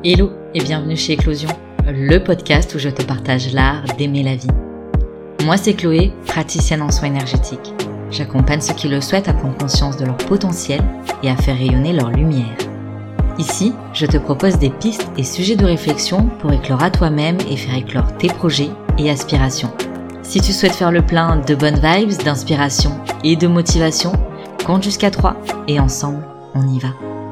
Hello et bienvenue chez Éclosion, le podcast où je te partage l'art d'aimer la vie. Moi c'est Chloé, praticienne en soins énergétiques. J'accompagne ceux qui le souhaitent à prendre conscience de leur potentiel et à faire rayonner leur lumière. Ici, je te propose des pistes et sujets de réflexion pour éclore à toi-même et faire éclore tes projets et aspirations. Si tu souhaites faire le plein de bonnes vibes, d'inspiration et de motivation, compte jusqu'à 3 et ensemble, on y va.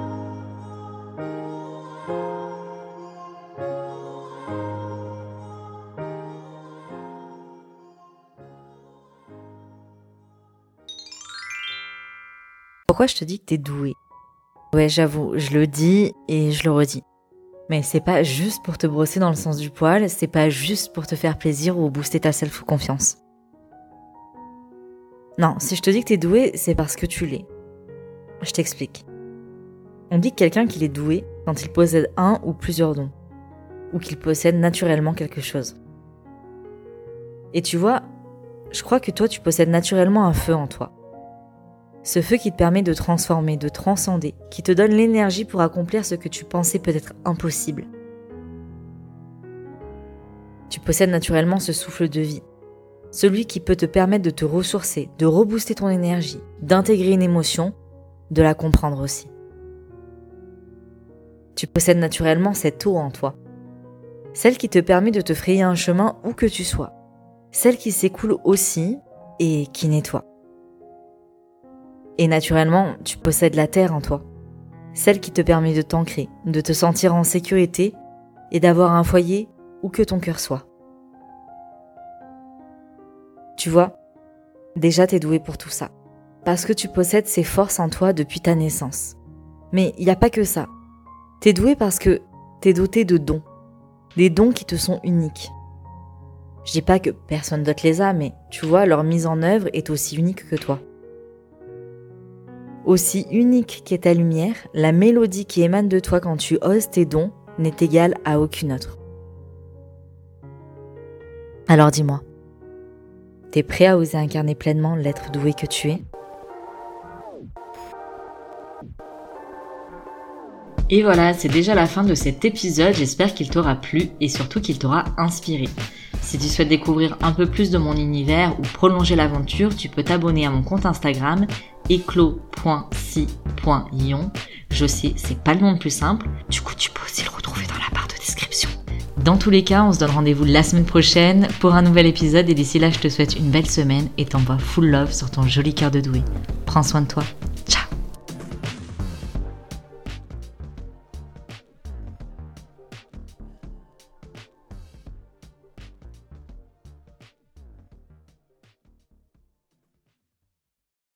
Pourquoi je te dis que t'es douée ? Ouais, j'avoue, je le dis et je le redis. Mais c'est pas juste pour te brosser dans le sens du poil, c'est pas juste pour te faire plaisir ou booster ta self-confiance. Non, si je te dis que t'es douée, c'est parce que tu l'es. Je t'explique. On dit que quelqu'un qu'il est doué quand il possède un ou plusieurs dons, ou qu'il possède naturellement quelque chose. Et tu vois, je crois que toi tu possèdes naturellement un feu en toi. Ce feu qui te permet de transformer, de transcender, qui te donne l'énergie pour accomplir ce que tu pensais peut-être impossible. Tu possèdes naturellement ce souffle de vie, celui qui peut te permettre de te ressourcer, de rebooster ton énergie, d'intégrer une émotion, de la comprendre aussi. Tu possèdes naturellement cette eau en toi, celle qui te permet de te frayer un chemin où que tu sois, celle qui s'écoule aussi et qui nettoie. Et naturellement, tu possèdes la terre en toi, celle qui te permet de t'ancrer, de te sentir en sécurité et d'avoir un foyer où que ton cœur soit. Tu vois, déjà t'es doué pour tout ça, parce que tu possèdes ces forces en toi depuis ta naissance. Mais il n'y a pas que ça. T'es doué parce que t'es doté de dons, des dons qui te sont uniques. Je dis pas que personne d'autre les a, mais tu vois, leur mise en œuvre est aussi unique que toi. Aussi unique qu'est ta lumière, la mélodie qui émane de toi quand tu oses tes dons n'est égale à aucune autre. Alors dis-moi, t'es prêt à oser incarner pleinement l'être doué que tu es ? Et voilà, c'est déjà la fin de cet épisode, j'espère qu'il t'aura plu et surtout qu'il t'aura inspiré. Si tu souhaites découvrir un peu plus de mon univers ou prolonger l'aventure, tu peux t'abonner à mon compte Instagram eclos.si.ion. Je sais, c'est pas le nom le plus simple, du coup tu peux aussi le retrouver dans la barre de description. Dans tous les cas, on se donne rendez-vous la semaine prochaine pour un nouvel épisode et d'ici là, je te souhaite une belle semaine et t'envoie full love sur ton joli cœur de doué. Prends soin de toi.